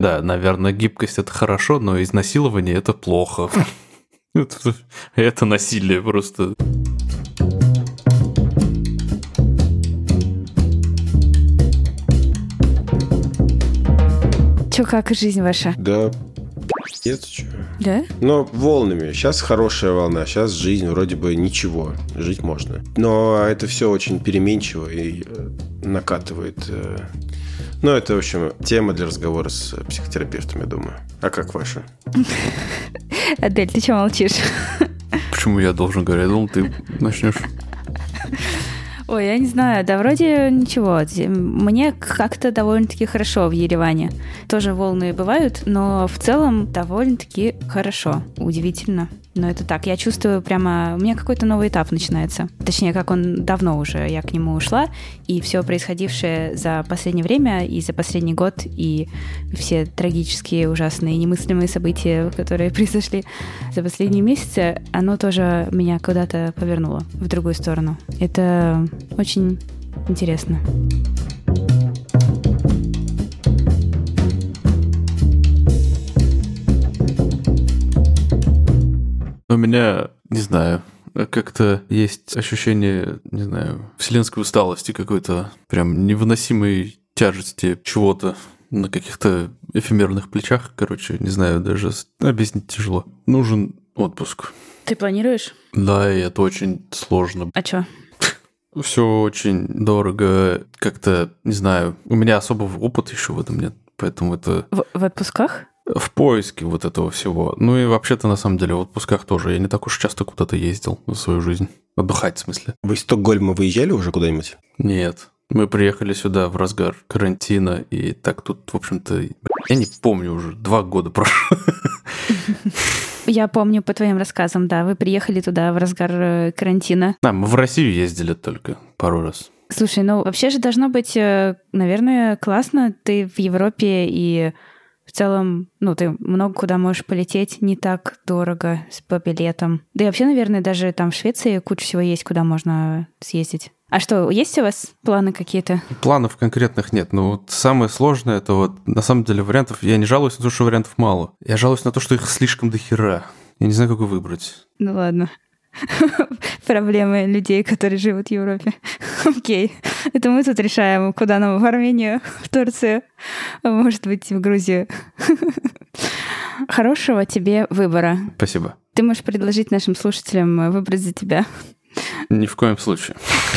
Да, наверное, гибкость — это хорошо, но изнасилование — это плохо. Это насилие просто. Чё, как жизнь ваша? Да, нет, что. Да? Но волнами. Сейчас хорошая волна, сейчас жизнь вроде бы ничего, жить можно. Но это все очень переменчиво и накатывает. Ну, это, в общем, тема для разговора с психотерапевтом, я думаю. А как ваша? Адель, ты чё молчишь? Почему я должен говорить? Я думал, ты начнешь. Ой, я не знаю, да вроде ничего. Мне как-то довольно-таки хорошо в Ереване. Тоже волны бывают, но в целом довольно-таки хорошо. Удивительно. Но это так, я чувствую прямо... У меня какой-то новый этап начинается. Точнее, как он давно уже, я к нему ушла. И все происходившее за последнее время и за последний год, и все трагические, ужасные, немыслимые события, которые произошли за последние месяцы, оно тоже меня куда-то повернуло в другую сторону. Это очень интересно. У меня, не знаю, как-то есть ощущение, не знаю, вселенской усталости какой-то, прям невыносимой тяжести чего-то на каких-то эфемерных плечах. Короче, не знаю, даже объяснить тяжело. Нужен отпуск. Ты планируешь? Да, и это очень сложно. А чё? Все очень дорого, как-то, не знаю, у меня особого опыта еще в этом нет, поэтому это... В отпусках? В поиске вот этого всего. Ну и вообще-то, на самом деле, в отпусках тоже. Я не так уж часто куда-то ездил в свою жизнь. Отдыхать, в смысле. Вы из Стокгольма выезжали уже куда-нибудь? Нет. Мы приехали сюда в разгар карантина, и так тут, в общем-то... Я не помню уже, 2 года прошло. Я помню по твоим рассказам, да. Вы приехали туда в разгар карантина. Да, мы в Россию ездили только пару раз. Слушай, ну вообще же должно быть, наверное, классно. Ты в Европе, и в целом, ну, ты много куда можешь полететь, не так дорого по билетам. Да и вообще, наверное, даже там в Швеции куча всего есть, куда можно съездить. А что, есть у вас планы какие-то? Планов конкретных нет. Но вот самое сложное, это вот, на самом деле, вариантов... Я не жалуюсь на то, что вариантов мало. Я жалуюсь на то, что их слишком дохера. Я не знаю, какой выбрать. Ну ладно. Проблемы людей, которые живут в Европе. Окей. Это мы тут решаем, куда нам: в Армению, в Турцию, а может быть, в Грузию. Хорошего тебе выбора. Спасибо. Ты можешь предложить нашим слушателям выбрать за тебя. Ни в коем случае.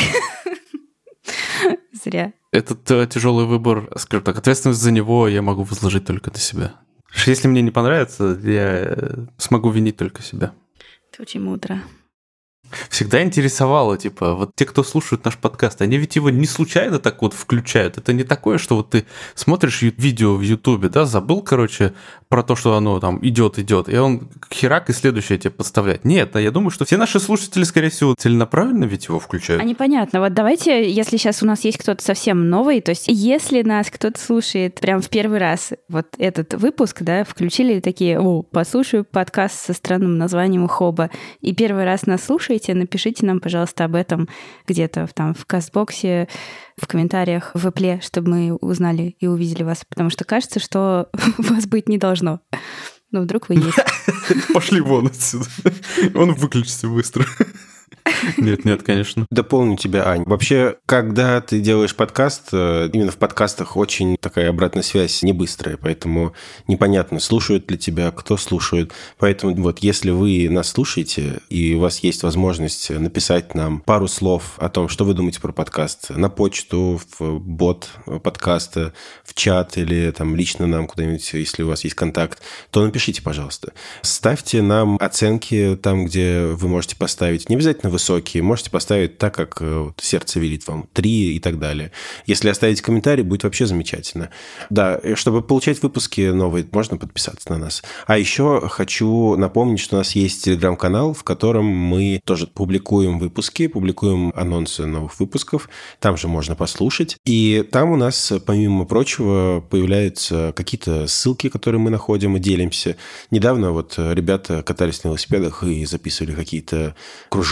Зря. Этот тяжелый выбор, скажем так, ответственность за него я могу возложить только на себя. Если мне не понравится, я смогу винить только себя. Это очень мудро. Всегда интересовало, типа, вот те, кто слушают наш подкаст, они ведь его не случайно так вот включают. Это не такое, что вот ты смотришь видео в Ютубе, да, забыл, короче, про то, что оно там идет, и он херак и следующее тебе подставляет. Нет, я думаю, что все наши слушатели, скорее всего, целенаправленно ведь его включают. А непонятно. Вот давайте, если сейчас у нас есть кто-то совсем новый, то есть если нас кто-то слушает прям в первый раз, вот этот выпуск, да, включили такие: о, послушаю подкаст со странным названием «Хоба», и первый раз нас слушаете, напишите нам, пожалуйста, об этом где-то там в Кастбоксе, в комментариях, в Apple, чтобы мы узнали и увидели вас, потому что кажется, что вас быть не должно. Но вдруг вы есть. Пошли вон отсюда. Он выключится быстро. Нет, конечно. Дополню тебя, Ань. Вообще, когда ты делаешь подкаст, именно в подкастах очень такая обратная связь не быстрая, поэтому непонятно, слушают ли тебя, кто слушает. Поэтому вот если вы нас слушаете, и у вас есть возможность написать нам пару слов о том, что вы думаете про подкаст, на почту, в бот подкаста, в чат или там лично нам куда-нибудь, если у вас есть контакт, то напишите, пожалуйста. Ставьте нам оценки там, где вы можете поставить. Не обязательно высокие, можете поставить так, как сердце велит вам, 3 и так далее. Если оставить комментарий, будет вообще замечательно. Да, чтобы получать выпуски новые, можно подписаться на нас. А еще хочу напомнить, что у нас есть телеграм-канал, в котором мы тоже публикуем выпуски, публикуем анонсы новых выпусков. Там же можно послушать. И там у нас, помимо прочего, появляются какие-то ссылки, которые мы находим и делимся. Недавно вот ребята катались на велосипедах и записывали какие-то кружочки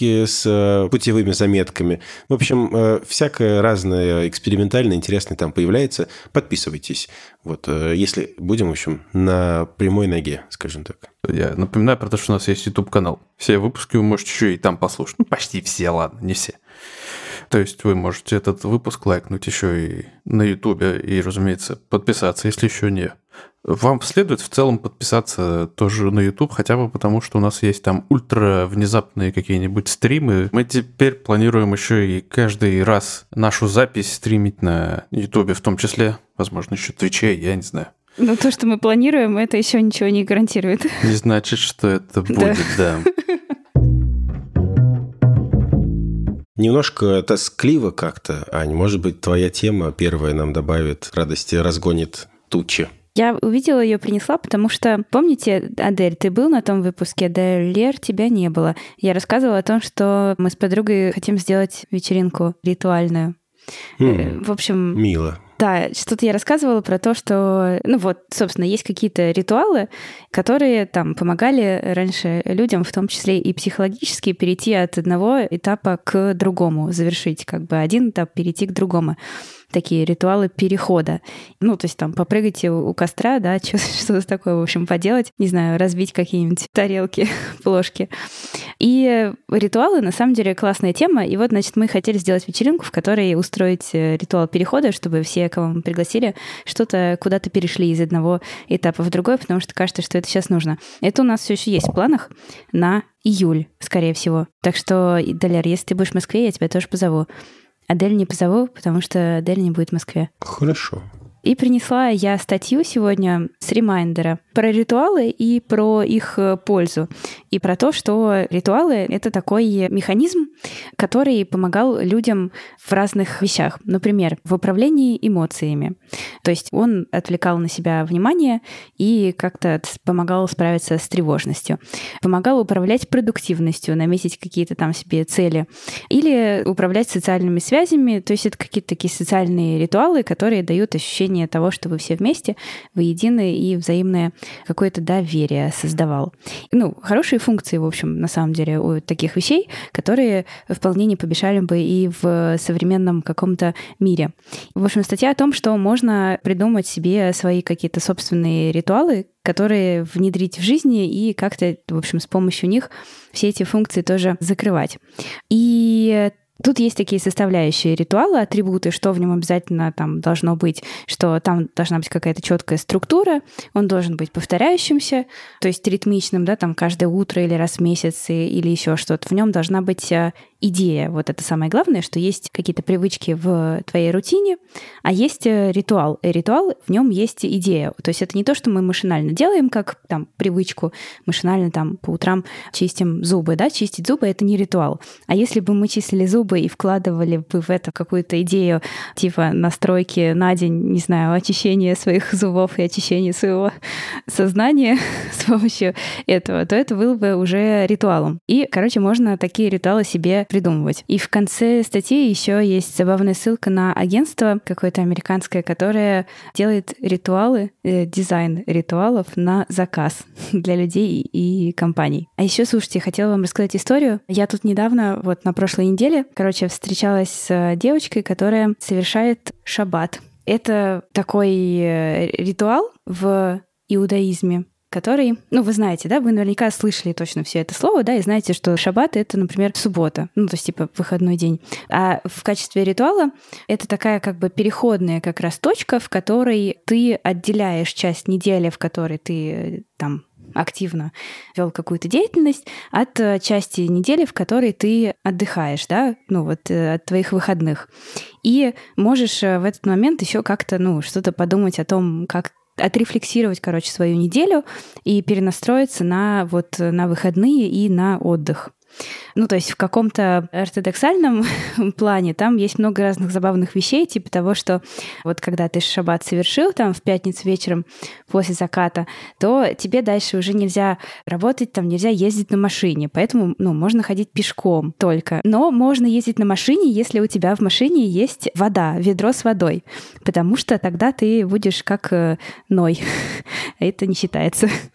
картинки с путевыми заметками. В общем, всякое разное экспериментальное, интересное там появляется. Подписывайтесь. Вот, если будем, в общем, на прямой ноге, скажем так. Я напоминаю про то, что у нас есть YouTube-канал. Все выпуски вы можете еще и там послушать. Ну, почти все, ладно, не все. То есть вы можете этот выпуск лайкнуть еще и на YouTube, и, разумеется, подписаться, если еще не. Вам следует в целом подписаться тоже на YouTube, хотя бы потому, что у нас есть там ультра внезапные какие-нибудь стримы. Мы теперь планируем еще и каждый раз нашу запись стримить на YouTube, в том числе, возможно, еще Твиче, я не знаю. Но то, что мы планируем, это еще ничего не гарантирует. Не значит, что это будет, да. Немножко тоскливо как-то, Ань. Может быть, твоя тема первая нам добавит радости, разгонит тучи. Я увидела ее, принесла, потому что, помните, Адель, ты был на том выпуске, Адель Лер, тебя не было. Я рассказывала о том, что мы с подругой хотим сделать вечеринку ритуальную. В общем... Мило. Да, что-то я рассказывала про то, что, ну вот, собственно, есть какие-то ритуалы, которые там помогали раньше людям, в том числе и психологически, перейти от одного этапа к другому, завершить как бы один этап, перейти к другому. Такие ритуалы перехода. Ну, то есть там попрыгать у костра, да, что-то такое, в общем, поделать. Не знаю, разбить какие-нибудь тарелки, плошки. И ритуалы, на самом деле, классная тема. И вот, значит, мы хотели сделать вечеринку, в которой устроить ритуал перехода, чтобы все, кого мы пригласили, что-то куда-то перешли из одного этапа в другой, потому что кажется, что это сейчас нужно. Это у нас все еще есть в планах на июль, скорее всего. Так что, Далер, если ты будешь в Москве, я тебя тоже позову. Адель не позову, потому что Адель не будет в Москве. Хорошо. И принесла я статью сегодня с ремайндера про ритуалы и про их пользу. И про то, что ритуалы — это такой механизм, который помогал людям в разных вещах. Например, в управлении эмоциями. То есть он отвлекал на себя внимание и как-то помогал справиться с тревожностью. Помогал управлять продуктивностью, наметить какие-то там себе цели. Или управлять социальными связями. То есть это какие-то такие социальные ритуалы, которые дают ощущение того, что вы все вместе, вы едины, и взаимное какое-то доверие создавал. Ну, хорошие функции, в общем, на самом деле, у таких вещей, которые вполне не помешали бы и в современном каком-то мире. В общем, статья о том, что можно придумать себе свои какие-то собственные ритуалы, которые внедрить в жизни и как-то, в общем, с помощью них все эти функции тоже закрывать. И тут есть такие составляющие ритуала, атрибуты, что в нем обязательно там должно быть, что там должна быть какая-то четкая структура, он должен быть повторяющимся, то есть ритмичным, да, там каждое утро или раз в месяц или еще что-то. В нем должна быть идея. Вот это самое главное, что есть какие-то привычки в твоей рутине, а есть ритуал. И ритуал, в нем есть идея. То есть это не то, что мы машинально делаем, как там привычку, машинально там по утрам чистим зубы, да, чистить зубы — это не ритуал. А если бы мы чистили зубы и вкладывали бы в это какую-то идею, типа настройки на день, не знаю, очищения своих зубов и очищения своего сознания с помощью этого, то это было бы уже ритуалом. И, короче, можно такие ритуалы себе придумывать. И в конце статьи еще есть забавная ссылка на агентство какое-то американское, которое делает ритуалы, дизайн ритуалов на заказ для людей и компаний. А еще, слушайте, хотела вам рассказать историю. Я тут недавно, вот на прошлой неделе, встречалась с девочкой, которая совершает шаббат. Это такой ритуал в иудаизме, который, ну, вы знаете, да, вы наверняка слышали точно все это слово, да, и знаете, что шаббат — это, например, суббота, ну, то есть, типа, выходной день. А в качестве ритуала это такая как бы переходная как раз точка, в которой ты отделяешь часть недели, в которой ты там активно вел какую-то деятельность, от части недели, в которой ты отдыхаешь, да, ну вот от твоих выходных. И можешь в этот момент еще как-то, ну, что-то подумать о том, как отрефлексировать, короче, свою неделю и перенастроиться на выходные и на отдых. Ну, то есть в каком-то ортодоксальном плане там есть много разных забавных вещей, типа того, что вот когда ты шаббат совершил там в пятницу вечером после заката, то тебе дальше уже нельзя работать, там нельзя ездить на машине, поэтому, ну, можно ходить пешком только. Но можно ездить на машине, если у тебя в машине есть вода, ведро с водой, потому что тогда ты будешь как Ной. Это не считается.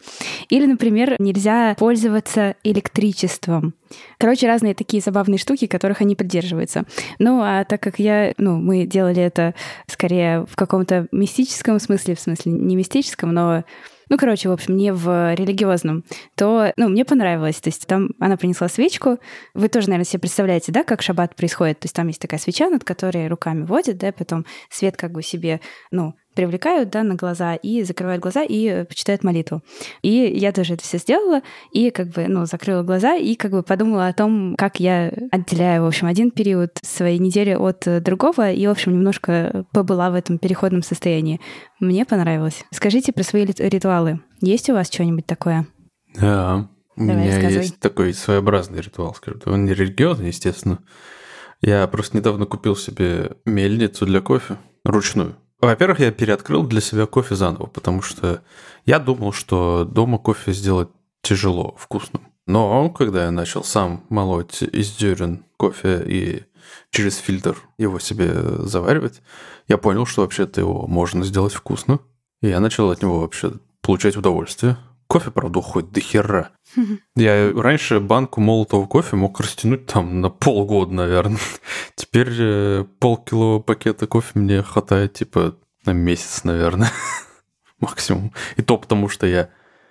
Или, например, нельзя пользоваться электричеством. Короче, разные такие забавные штуки, которых они придерживаются. Ну, а так как мы делали это скорее в каком-то мистическом смысле, в смысле не мистическом, но в общем, не в религиозном, то, мне понравилось. То есть там она принесла свечку. Вы тоже, наверное, себе представляете, да, как шаббат происходит? То есть там есть такая свеча, над которой руками водят, да, потом свет как бы себе, привлекают, да, на глаза и закрывают глаза и почитают молитву. И я тоже это все сделала и закрыла глаза и подумала о том, как я отделяю, в общем, один период своей недели от другого и, в общем, немножко побыла в этом переходном состоянии. Мне понравилось. Скажите про свои ритуалы. Есть у вас что-нибудь такое? Да, у меня рассказывай. есть такой своеобразный ритуал, скажем. Он не религиозный, естественно. Я просто недавно купил себе мельницу для кофе ручную. Во-первых, я переоткрыл для себя кофе заново, потому что я думал, что дома кофе сделать тяжело, вкусным. Но когда я начал сам молоть из зерен кофе и через фильтр его себе заваривать, я понял, что вообще-то его можно сделать вкусно. И я начал от него вообще получать удовольствие. Кофе, правда, уходит до хера. Я раньше банку молотого кофе мог растянуть там на полгода, наверное. Теперь полкило пакета кофе мне хватает, на месяц, наверное, максимум. И то потому, что я,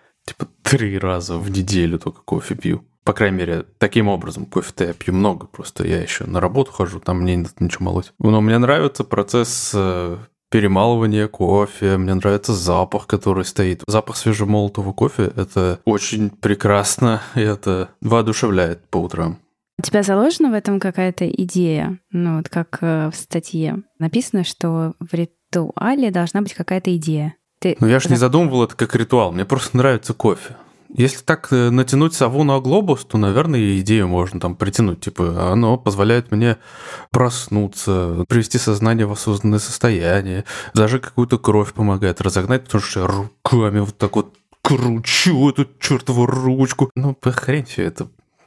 3 раза в неделю только кофе пью. По крайней мере, таким образом. Кофе-то я пью много, просто я еще на работу хожу, там мне не надо ничего молоть. Но мне нравится процесс перемалывания кофе, мне нравится запах, который стоит. Запах свежемолотого кофе – это очень прекрасно, и это воодушевляет по утрам. У тебя заложена в этом какая-то идея? Как в статье написано, что в ритуале должна быть какая-то идея. Я ж не задумывал это как ритуал, мне просто нравится кофе. Если так натянуть сову на глобус, то, наверное, идею можно там притянуть. Оно позволяет мне проснуться, привести сознание в осознанное состояние, даже какую-то кровь помогает разогнать, потому что я руками вот так вот кручу эту чертову ручку. Хрень все это.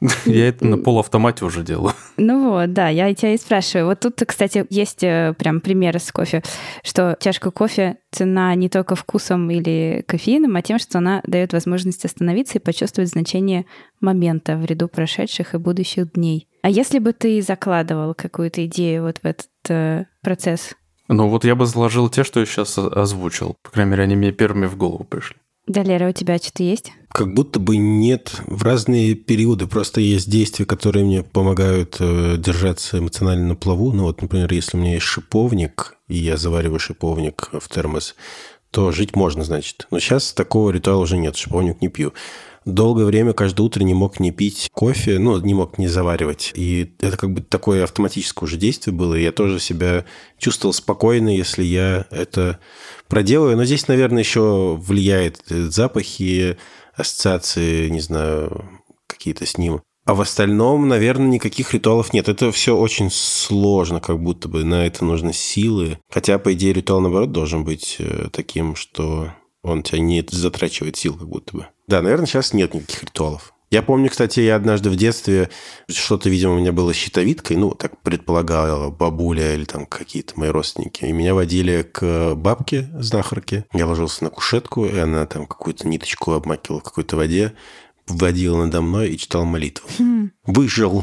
Я это на полуавтомате уже делаю. Да, я тебя и спрашиваю. Вот тут, кстати, есть прям примеры с кофе, что чашка кофе ценна не только вкусом или кофеином, а тем, что она дает возможность остановиться и почувствовать значение момента в ряду прошедших и будущих дней. А если бы ты закладывал какую-то идею вот в этот процесс? Я бы заложил те, что я сейчас озвучил. По крайней мере, они мне первыми в голову пришли. Да, Лера, у тебя что-то есть? Как будто бы нет. В разные периоды просто есть действия, которые мне помогают держаться эмоционально на плаву. Например, если у меня есть шиповник, и я завариваю шиповник в термос, то жить можно, значит. Но сейчас такого ритуала уже нет, шиповник не пью. Долгое время, каждое утро не мог не пить кофе, не мог не заваривать. И это такое автоматическое уже действие было. И я тоже себя чувствовал спокойно, если я это проделаю. Но здесь, наверное, еще влияет запахи, ассоциации, не знаю, какие-то с ним. А в остальном, наверное, никаких ритуалов нет. Это все очень сложно, как будто бы на это нужны силы. Хотя, по идее, ритуал, наоборот, должен быть таким, что он тебя не затрачивает сил, как будто бы. Да, наверное, сейчас нет никаких ритуалов. Я помню, кстати, я однажды в детстве что-то, видимо, у меня было с щитовидкой, так предполагала бабуля или там какие-то мои родственники. И меня водили к бабке, знахарке. Я ложился на кушетку, и она там какую-то ниточку обмакивала в какой-то воде, вводила надо мной и читала молитву. Выжил.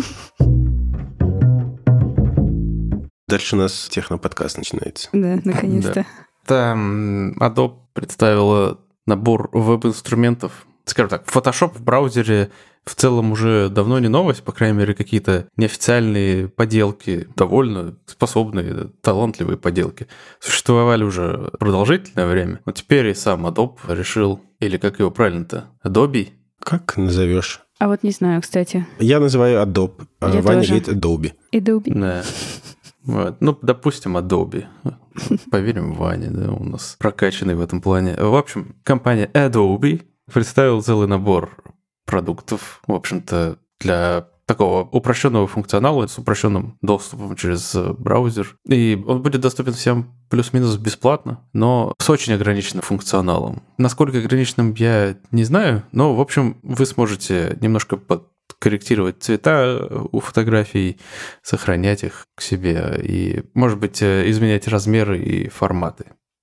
Дальше у нас техноподкаст начинается. Да, наконец-то. Там Adobe представила набор веб-инструментов. Скажем так, Photoshop в браузере в целом уже давно не новость, по крайней мере, какие-то неофициальные поделки, довольно способные, талантливые поделки, существовали уже продолжительное время. Но теперь и сам Adobe решил, или как его правильно-то, Adobe? Как назовешь? А вот не знаю, кстати. Я называю Adobe, а Я Ваня тоже. говорит Adobe. Adobe. Да. Допустим, Adobe. Поверим Ване, да, у нас прокачанный в этом плане. В общем, компания Adobe представила целый набор продуктов, в общем-то, для такого упрощенного функционала с упрощенным доступом через браузер. И он будет доступен всем плюс-минус бесплатно, но с очень ограниченным функционалом. Насколько ограниченным, я не знаю, но, в общем, вы сможете немножко корректировать цвета у фотографий, сохранять их к себе и, может быть, изменять размеры и форматы.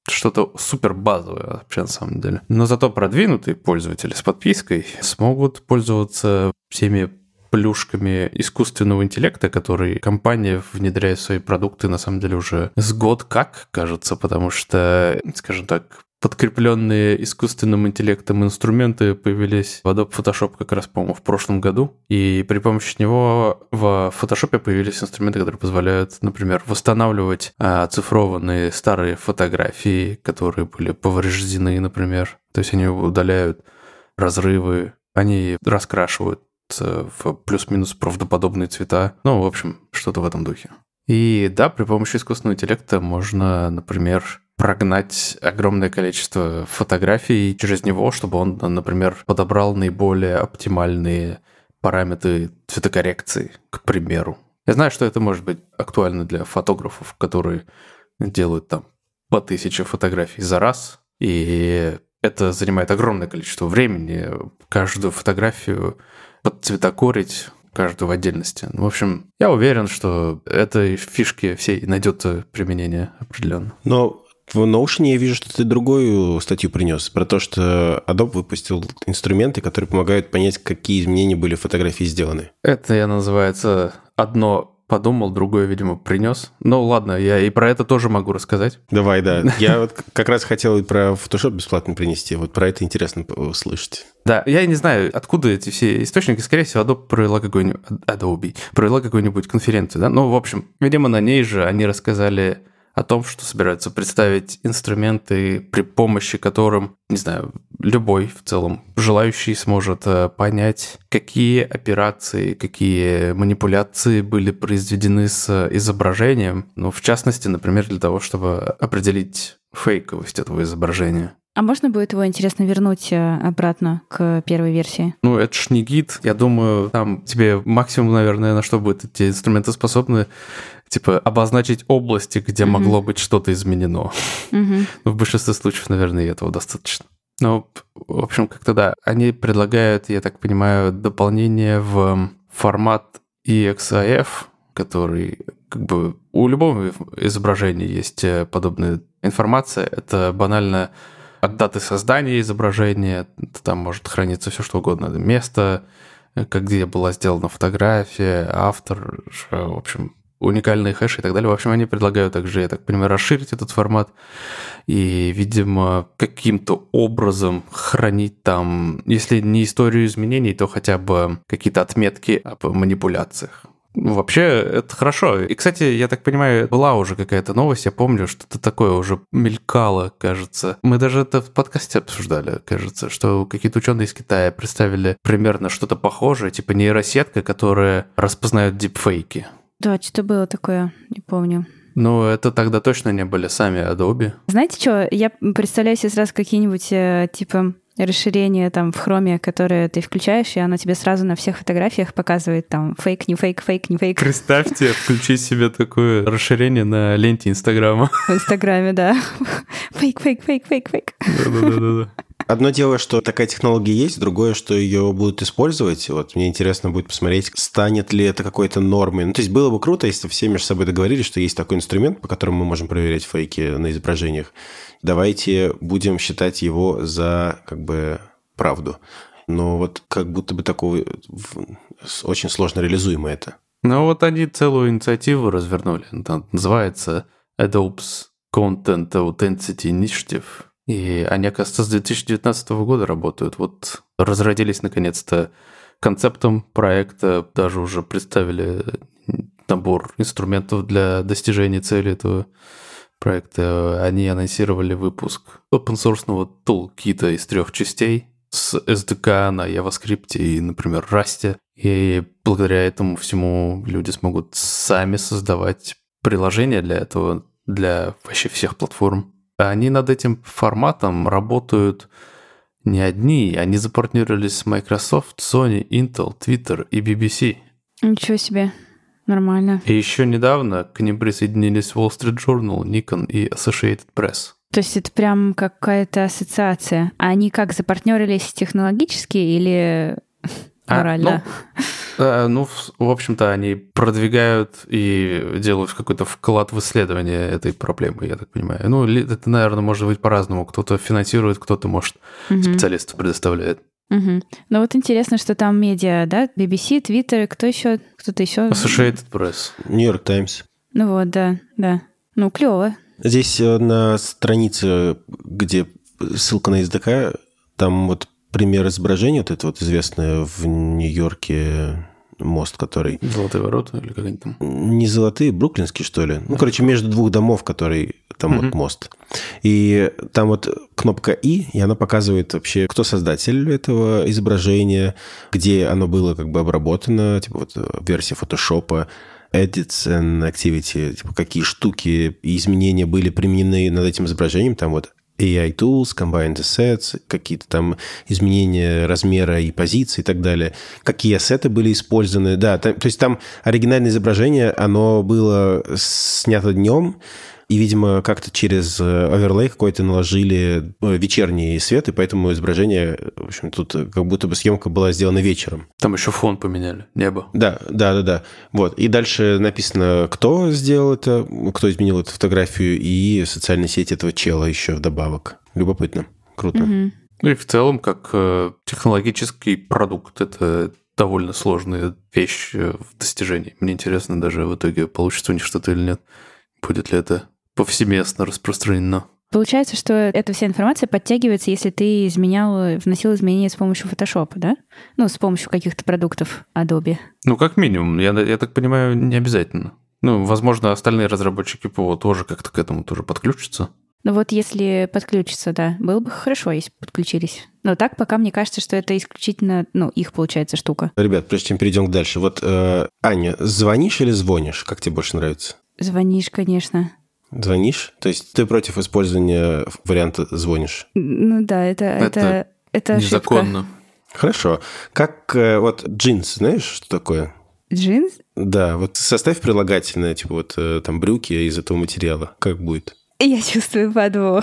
что-то супер базовое вообще на самом деле. Но зато продвинутые пользователи с подпиской смогут пользоваться всеми плюшками искусственного интеллекта, который компания внедряет в свои продукты, на самом деле, уже с год как, кажется, потому что, скажем так, подкрепленные искусственным интеллектом инструменты появились в Adobe Photoshop как раз, по-моему, в прошлом году. И при помощи него в Photoshop появились инструменты, которые позволяют, например, восстанавливать оцифрованные старые фотографии, которые были повреждены, например. То есть они удаляют разрывы, они раскрашивают в плюс-минус правдоподобные цвета. Ну, в общем, что-то в этом духе. И да, при помощи искусственного интеллекта можно, например, прогнать огромное количество фотографий через него, чтобы он, например, подобрал наиболее оптимальные параметры цветокоррекции, к примеру. Я знаю, что это может быть актуально для фотографов, которые делают там по 1000 фотографий за раз, и это занимает огромное количество времени, каждую фотографию подцветокорить, каждую в отдельности. В общем, я уверен, что этой фишке всей найдется применение определенно. Но в Notion я вижу, что ты другую статью принес, про то, что Adobe выпустил инструменты, которые помогают понять, какие изменения были в фотографии сделаны. Это я, называется, одно подумал, другое, видимо, принес. Ну ладно, я и про это тоже могу рассказать. Давай, да. Я вот как раз хотел и про Photoshop бесплатно принести. Вот про это интересно услышать. Да, я не знаю, откуда эти все источники. Скорее всего, Adobe провела какую-нибудь конференцию, да? Ну, в общем, видимо, на ней же они рассказали о том, что собираются представить инструменты, при помощи которым, не знаю, любой в целом желающий сможет понять, какие операции, какие манипуляции были произведены с изображением. Ну, в частности, например, для того, чтобы определить фейковость этого изображения. А можно будет его, интересно, вернуть обратно к первой версии? Ну, это ж не гид. Я думаю, там тебе максимум, наверное, на что будут эти инструменты способны, типа, обозначить области, где могло быть что-то изменено. В большинстве случаев, наверное, и этого достаточно. Ну, в общем, как-то да. Они предлагают, я так понимаю, дополнение в формат EXIF, который как бы у любого изображения есть подобная информация. Это банально от даты создания изображения, там может храниться все что угодно. Место, где была сделана фотография, автор, в общем, уникальные хэши и так далее. В общем, они предлагают также, я так понимаю, расширить этот формат и, видимо, каким-то образом хранить там, если не историю изменений, то хотя бы какие-то отметки об манипуляциях. Вообще, это хорошо. И, кстати, я так понимаю, была уже какая-то новость, я помню, что-то такое уже мелькало, кажется. Мы даже это в подкасте обсуждали, кажется, что какие-то ученые из Китая представили примерно что-то похожее, типа нейросетка, которая распознает дипфейки. Да, что-то было такое, не помню. Ну, это тогда точно не были сами Adobe. Знаете что, я представляю себе сразу какие-нибудь, типа, расширение там в хроме, которое ты включаешь, и оно тебе сразу на всех фотографиях показывает там фейк, не фейк, фейк, не фейк. Представьте, включить себе такое расширение на ленте Инстаграма. В Инстаграме, да. Фейк, фейк, фейк, фейк, фейк. Да-да-да. Одно дело, что такая технология есть, другое, что ее будут использовать. Вот мне интересно будет посмотреть, станет ли это какой-то нормой. Ну, то есть было бы круто, если все между собой договорились, что есть такой инструмент, по которому мы можем проверять фейки на изображениях. Давайте будем считать его за как бы правду. Но вот как будто бы такого очень сложно реализуемо это. Ну вот они целую инициативу развернули. Это называется Adobe's Content Authenticity Initiative. И они, оказывается, с 2019 года работают. Вот разродились наконец-то концептом проекта, даже уже представили набор инструментов для достижения цели этого проекта. Они анонсировали выпуск open-source toolkit из 3 частей с SDK на JavaScript и, например, Rust. И благодаря этому всему люди смогут сами создавать приложения для этого, для вообще всех платформ. Они над этим форматом работают не одни, они запартнерились с Microsoft, Sony, Intel, Twitter и BBC. Ничего себе, нормально. И еще недавно к ним присоединились Wall Street Journal, Nikon и Associated Press. То есть это прям какая-то ассоциация. А они как, запартнерились технологически или... морально. В общем-то, они продвигают и делают какой-то вклад в исследование этой проблемы, я так понимаю. Это, наверное, может быть по-разному. Кто-то финансирует, кто-то, может, специалистов предоставляет. Ну вот интересно, что там медиа, да? BBC, Twitter, кто еще? Кто-то еще? Associated Press. New York Times. Ну вот, да. Клево. Здесь на странице, где ссылка на SDK, там вот пример изображения, вот это вот известное в Нью-Йорке мост, который... Золотые ворота или как они там? Не золотые, бруклинские, что ли? Между двух домов, который там вот мост. И там вот кнопка «И», и она показывает вообще, кто создатель этого изображения, где оно было как бы обработано, типа вот версия фотошопа, edits and activity, типа какие штуки и изменения были применены над этим изображением, там вот AI tools, combined assets, какие-то там изменения размера и позиции и так далее. Какие ассеты были использованы. Да, то есть там оригинальное изображение, оно было снято днем, и, видимо, как-то через оверлей какой-то наложили вечерний свет, и поэтому изображение, в общем, тут как будто бы съемка была сделана вечером. Там еще фон поменяли, небо. Да. Вот. И дальше написано, кто сделал это, кто изменил эту фотографию, и социальные сети этого чела еще вдобавок. Любопытно. Круто. И в целом, как технологический продукт, это довольно сложная вещь в достижении. Мне интересно, даже в итоге получится у них что-то или нет. Будет ли это повсеместно распространено. Получается, что эта вся информация подтягивается, если ты вносил изменения с помощью Photoshop, да? С помощью каких-то продуктов Adobe. Как минимум. Я так понимаю, не обязательно. Возможно, остальные разработчики ПО тоже как-то к этому тоже подключатся. Вот если подключиться, да, было бы хорошо, если подключились. Но так пока мне кажется, что это исключительно, их, получается, штука. Ребят, прежде чем перейдем дальше. Вот, Аня, звонишь или звонишь? Как тебе больше нравится? Звонишь, конечно. Звонишь? То есть ты против использования варианта «звонишь»? Да, это незаконно. Ошибка. Хорошо. Как вот джинс, знаешь, что такое? Джинс? Да, вот составь прилагательное, типа вот там брюки из этого материала. Как будет? Я чувствую подвох.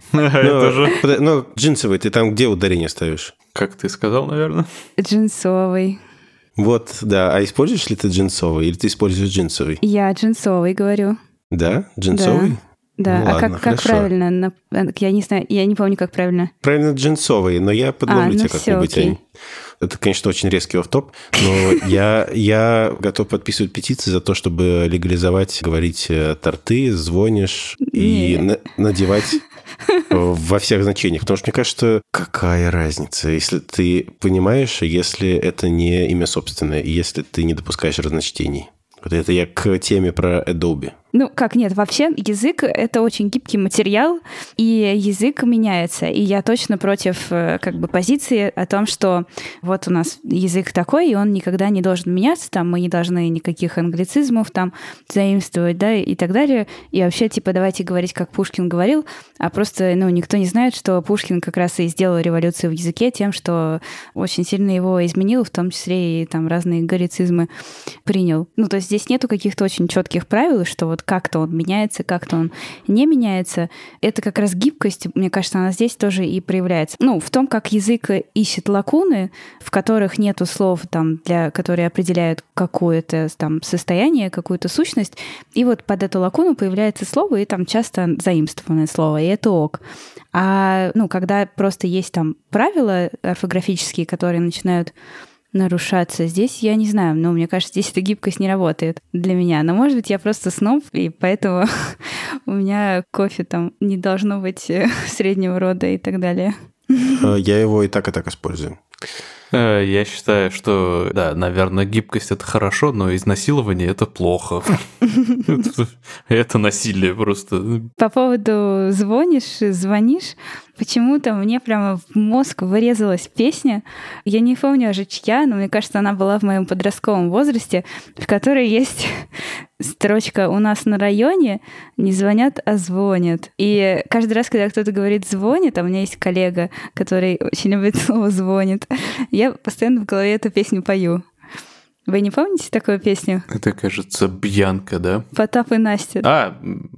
Джинсовый, ты там где ударение ставишь? Как ты сказал, наверное? Джинсовый. Вот, да. А используешь ли ты джинсовый или ты используешь джинсовый? Я джинсовый говорю. Да? Джинсовый? Да. Ну, ладно, как правильно? Я не знаю, я не помню, как правильно. Правильно джинсовый, но я подловлю тебя как-нибудь, Ань. Это, конечно, очень резкий офф-топ, но я готов подписывать петиции за то, чтобы легализовать, говорить торты, звонишь и надевать во всех значениях. Потому что мне кажется, какая разница, если ты понимаешь, если это не имя собственное, и если ты не допускаешь разночтений. Вот это я к теме про Adobe. Нет, вообще язык — это очень гибкий материал, и язык меняется. И я точно против позиции о том, что вот у нас язык такой, и он никогда не должен меняться, там мы не должны никаких англицизмов там заимствовать, да, и так далее. И вообще, давайте говорить, как Пушкин говорил, а просто, никто не знает, что Пушкин как раз и сделал революцию в языке тем, что очень сильно его изменил, в том числе и там разные галлицизмы принял. То есть здесь нету каких-то очень четких правил, что вот как-то он меняется, как-то он не меняется. Это как раз гибкость, мне кажется, она здесь тоже и проявляется. В том, как язык ищет лакуны, в которых нету слов, которые определяют какое-то там состояние, какую-то сущность, и вот под эту лакуну появляется слово, и там часто заимствованное слово, и это ок. А, когда просто есть там правила орфографические, которые начинают нарушаться. Здесь я не знаю, но мне кажется, здесь эта гибкость не работает для меня. Но, может быть, я просто сноб, и поэтому у меня кофе там не должно быть среднего рода и так далее. Я его и так использую. Я считаю, что, да, наверное, гибкость — это хорошо, но изнасилование — это плохо. Это насилие просто. По поводу звонишь, почему-то мне прямо в мозг вырезалась песня. Я не помню уже чья, но мне кажется, она была в моем подростковом возрасте, в которой есть строчка «У нас на районе не звонят, а звонят». И каждый раз, когда кто-то говорит «звонит», а у меня есть коллега, который очень любит слово «звонит», я постоянно в голове эту песню пою. Вы не помните такую песню? Это, кажется, Бьянка, да? Потап и Настя.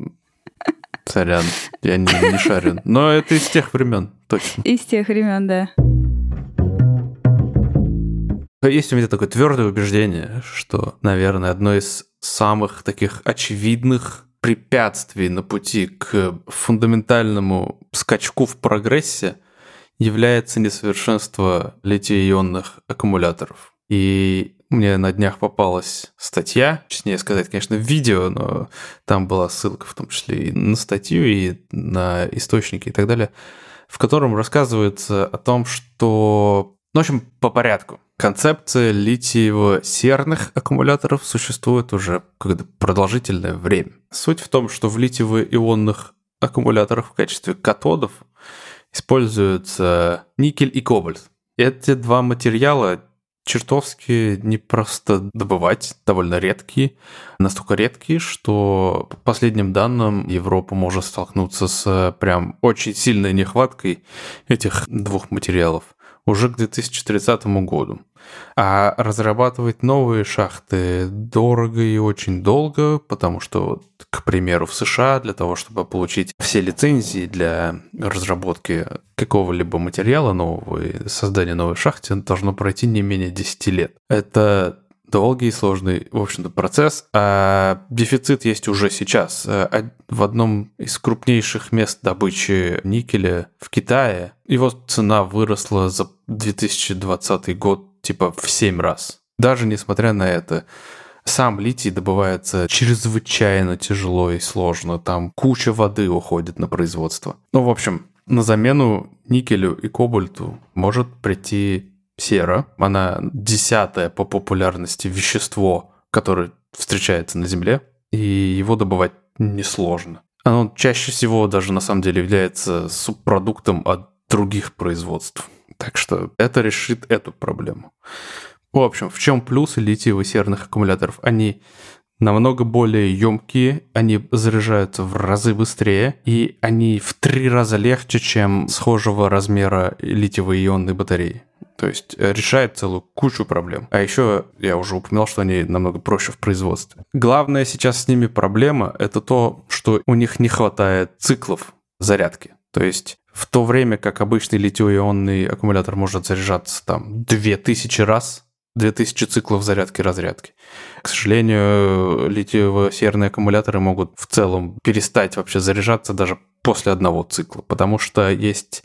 Сорян, я не шарю. Но это из тех времен, точно. Из тех времен, да. Есть у меня такое твердое убеждение, что, наверное, одно из самых таких очевидных препятствий на пути к фундаментальному скачку в прогрессе является несовершенство литий-ионных аккумуляторов. И мне на днях попалась статья, точнее сказать, конечно, видео, но там была ссылка в том числе и на статью, и на источники и так далее, в котором рассказывается о том, что... Ну, в общем, по порядку. Концепция литиево-серных аккумуляторов существует уже как-то продолжительное время. Суть в том, что в литиево-ионных аккумуляторах в качестве катодов используются никель и кобальт. Эти два материала чертовски непросто добывать, довольно редкие. Настолько редкие, что по последним данным Европа может столкнуться с прям очень сильной нехваткой этих двух материалов уже к 2030 году. А разрабатывать новые шахты дорого и очень долго, потому что, к примеру, в США для того, чтобы получить все лицензии для разработки какого-либо материала нового и создания новой шахты, должно пройти не менее 10 лет. Это долгий и сложный, в общем-то, процесс, а дефицит есть уже сейчас. В одном из крупнейших мест добычи никеля в Китае его цена выросла за 2020 год типа в 7 раз. Даже несмотря на это, сам литий добывается чрезвычайно тяжело и сложно. Там куча воды уходит на производство. Ну, в общем, на замену никелю и кобальту может прийти сера. Она 10-е по популярности вещество, которое встречается на Земле, и его добывать несложно. Оно чаще всего даже на самом деле является субпродуктом от других производств. Так что это решит эту проблему. В общем, в чем плюсы литиево-серных аккумуляторов? Они намного более емкие, они заряжаются в разы быстрее, и они в 3 раза легче, чем схожего размера литиево-ионной батареи. То есть решает целую кучу проблем. А еще я уже упоминал, что они намного проще в производстве. Главная сейчас с ними проблема – это то, что у них не хватает циклов зарядки. То есть в то время, как обычный литий-ионный аккумулятор может заряжаться там 2000 раз, 2000 циклов зарядки-разрядки. К сожалению, литиево-серные аккумуляторы могут в целом перестать вообще заряжаться даже после одного цикла, потому что есть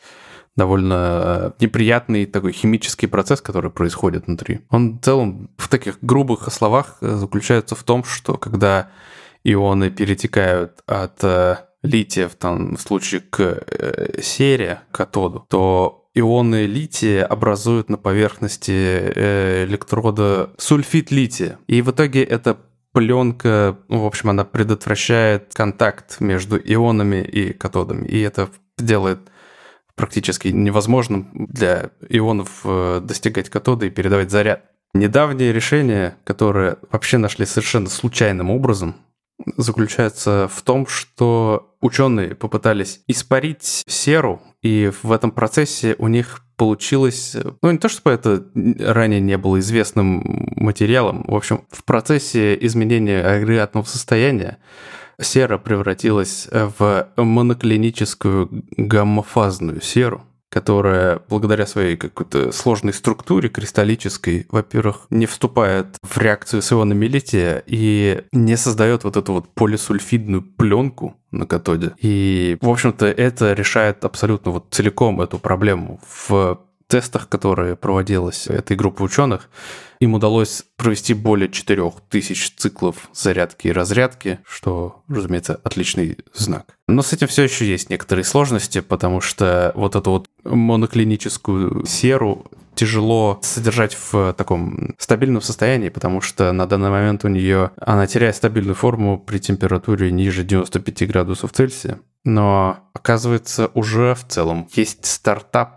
довольно неприятный такой химический процесс, который происходит внутри. Он в целом в таких грубых словах заключается в том, что когда ионы перетекают от лития, в том случае к сере, катоду, то ионы лития образуют на поверхности электрода сульфид лития. И в итоге эта пленка, в общем, она предотвращает контакт между ионами и катодами. И это делает практически невозможным для ионов достигать катода и передавать заряд. Недавнее решение, которое вообще нашли совершенно случайным образом, заключается в том, что ученые попытались испарить серу, и в этом процессе у них получилось... Ну, не то, чтобы это ранее не было известным материалом. В общем, в процессе изменения агрегатного состояния сера превратилась в моноклиническую гаммофазную серу, которая благодаря своей какой-то сложной структуре кристаллической, во-первых, не вступает в реакцию с ионами лития и не создает вот эту вот полисульфидную пленку на катоде. И, в общем-то, это решает абсолютно вот целиком эту проблему. В тестах, которые проводилась этой группой ученых, им удалось провести более 4000 циклов зарядки и разрядки, что, разумеется, отличный знак. Но с этим все еще есть некоторые сложности, потому что вот эту вот моноклиническую серу тяжело содержать в таком стабильном состоянии, потому что на данный момент у нее она теряет стабильную форму при температуре ниже 95 градусов Цельсия. Но, оказывается, уже в целом есть стартап,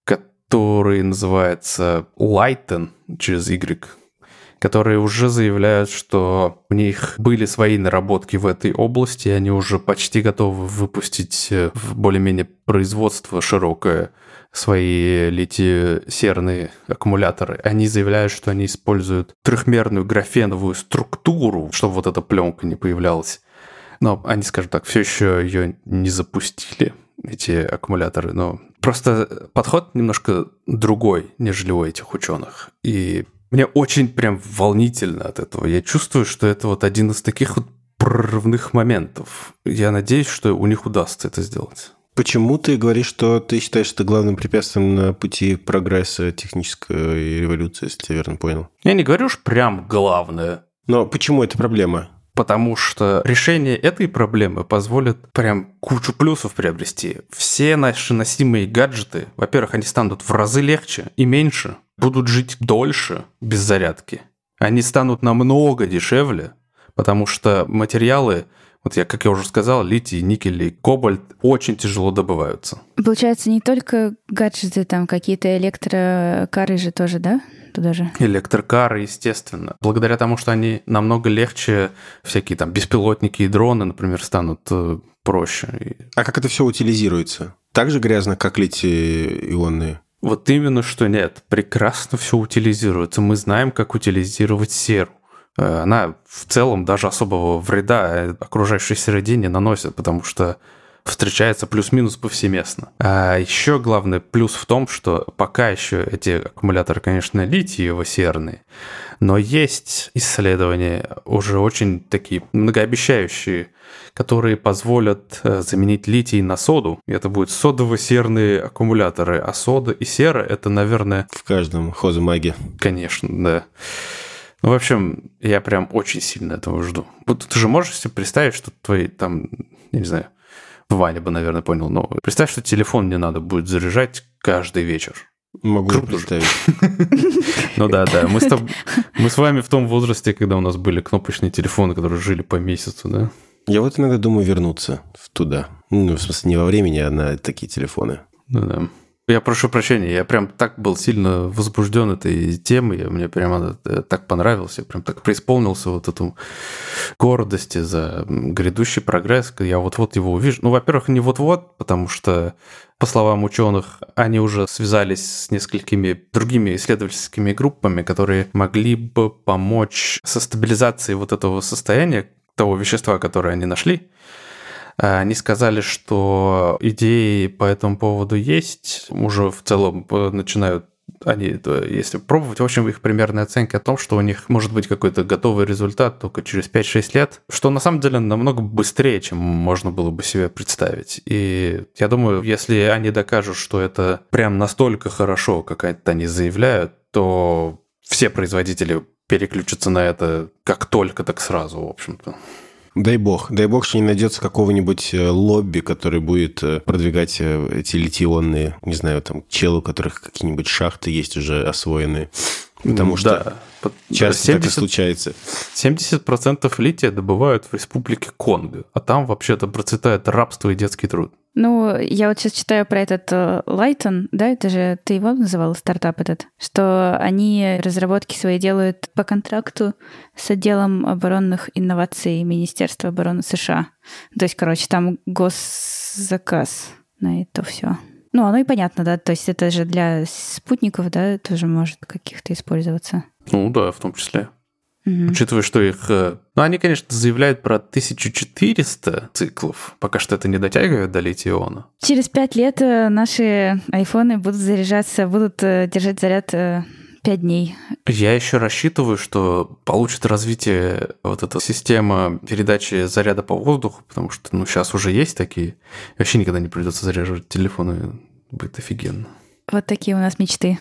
который называется Lighten через Y, которые уже заявляют, что у них были свои наработки в этой области, и они уже почти готовы выпустить в более-менее производство широкое свои литий-серные аккумуляторы. Они заявляют, что они используют трехмерную графеновую структуру, чтобы вот эта пленка не появлялась. Но они, скажем так, все еще ее не запустили, эти аккумуляторы. Но просто подход немножко другой, нежели у этих ученых. И Мне очень прям волнительно от этого. Я чувствую, что это вот один из таких вот прорывных моментов. Я надеюсь, что у них удастся это сделать. Почему ты говоришь, что ты считаешь это главным препятствием на пути прогресса технической революции, если я верно понял? Я не говорю уж прям главное. Но почему это проблема? Потому что решение этой проблемы позволит прям кучу плюсов приобрести. Все наши носимые гаджеты, во-первых, они станут в разы легче и меньше, будут жить дольше без зарядки. Они станут намного дешевле, потому что материалы, вот как я уже сказал, литий, никель и кобальт очень тяжело добываются. Получается, не только гаджеты, там какие-то электрокары же тоже, да? Туда же. Электрокары, естественно. Благодаря тому, что они намного легче, всякие там беспилотники и дроны, например, станут проще. А как это все утилизируется? Так же грязно, как литий-ионные? Вот именно что нет. Прекрасно все утилизируется. Мы знаем, как утилизировать серу. Она в целом даже особого вреда окружающей среде не наносит, потому что встречается плюс-минус повсеместно. А еще главный плюс в том, что пока еще эти аккумуляторы, конечно, литиево-серные, но есть исследования уже очень такие многообещающие, которые позволят заменить литий на соду. И это будут содово-серные аккумуляторы. А сода и сера — это, наверное... В каждом хозмаге. Конечно, да. Ну, в общем, я прям очень сильно этого жду. Вот ты же можешь себе представить, что твои там, я не знаю, Ваня бы, наверное, понял, но представь, что телефон не надо будет заряжать каждый вечер. Могу представить. Ну да. Мы с вами в том возрасте, когда у нас были кнопочные телефоны, которые жили по месяцу, да? Я вот иногда думаю вернуться туда. Ну, в смысле, не во времени, а на такие телефоны. Ну да. Я прошу прощения, я прям так был сильно возбужден этой темой, мне прямо так понравилось, я прям так преисполнился вот эту гордости за грядущий прогресс, я вот-вот его увижу. Ну, во-первых, не вот-вот, потому что, по словам ученых, они уже связались с несколькими другими исследовательскими группами, которые могли бы помочь со стабилизацией вот этого состояния, того вещества, которое они нашли. Они сказали, что идеи по этому поводу есть, уже в целом начинают они, если пробовать, в общем, их примерная оценка о том, что у них может быть какой-то готовый результат только через 5-6 лет, что на самом деле намного быстрее, чем можно было бы себе представить. И я думаю, если они докажут, что это прям настолько хорошо, как они заявляют, то все производители переключатся на это как только, так сразу, в общем-то. Дай бог, что не найдется какого-нибудь лобби, который будет продвигать эти литий-ионные, не знаю, там, челы, у которых какие-нибудь шахты есть уже освоенные. Потому что часто 70, так и случается. 70% лития добывают в республике Конго, а там вообще-то процветает рабство и детский труд. Ну, я вот сейчас читаю про этот Лайтон, да, это же ты его называла, стартап этот, что они разработки свои делают по контракту с отделом оборонных инноваций Министерства обороны США. То есть, короче, там госзаказ на это все. Ну, оно и понятно, да, то есть это же для спутников, да, тоже может каких-то использоваться. Ну да, в том числе. Учитывая, что их... Ну, они, конечно, заявляют про 1400 циклов. Пока что это не дотягивает до лития-иона. Через 5 лет наши айфоны будут заряжаться, будут держать заряд 5 дней. Я еще рассчитываю, что получит развитие вот эта система передачи заряда по воздуху, потому что, ну, сейчас уже есть такие. Вообще никогда не придется заряжать телефоны. Будет офигенно. Вот такие у нас мечты.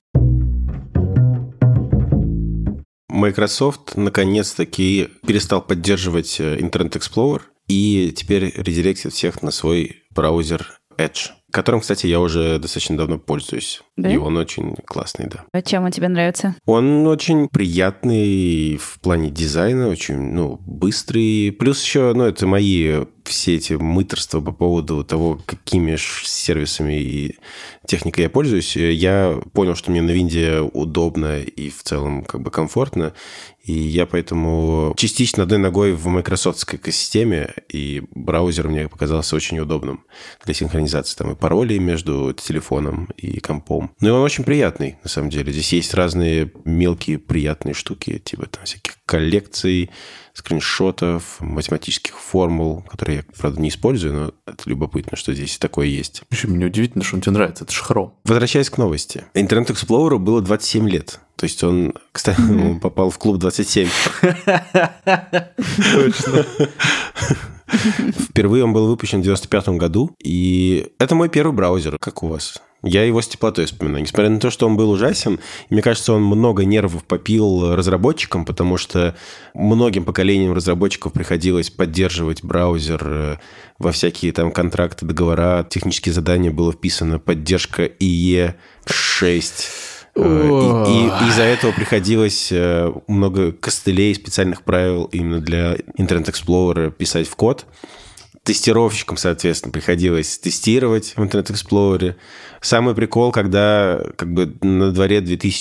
Microsoft наконец-таки перестал поддерживать Internet Explorer и теперь редиректит всех на свой браузер Edge, которым, кстати, я уже достаточно давно пользуюсь. Да? И он очень классный, да. А чем он тебе нравится? Он очень приятный в плане дизайна, очень, быстрый. Плюс еще, это мои все эти мыторства по поводу того, какими сервисами и техникой я пользуюсь. Я понял, что мне на Винде удобно и в целом как бы комфортно. И я поэтому частично одной ногой в майкрософтской экосистеме, и браузер мне показался очень удобным для синхронизации там и паролей между телефоном и компом. Ну и он очень приятный, на самом деле. Здесь есть разные мелкие приятные штуки, типа там всяких коллекций, скриншотов, математических формул, которые я, правда, не использую, но это любопытно, что здесь такое есть. Мне удивительно, что он тебе нравится. Это же Chrome. Возвращаясь к новости. Internet Explorer было 27 лет. То есть он, кстати, он попал в клуб 27. Точно. Впервые он был выпущен в 95 году, и это мой первый браузер. Как у вас? Я его с теплотой вспоминаю. Несмотря на то, что он был ужасен, мне кажется, он много нервов попил разработчикам, потому что многим поколениям разработчиков приходилось поддерживать браузер во всякие там контракты, договора, технические задания было вписано поддержка IE 6. И из-за этого приходилось много костылей, специальных правил именно для Internet Explorer писать в код. Тестировщикам, соответственно, приходилось тестировать в Internet Explorer. Самый прикол, когда как бы на дворе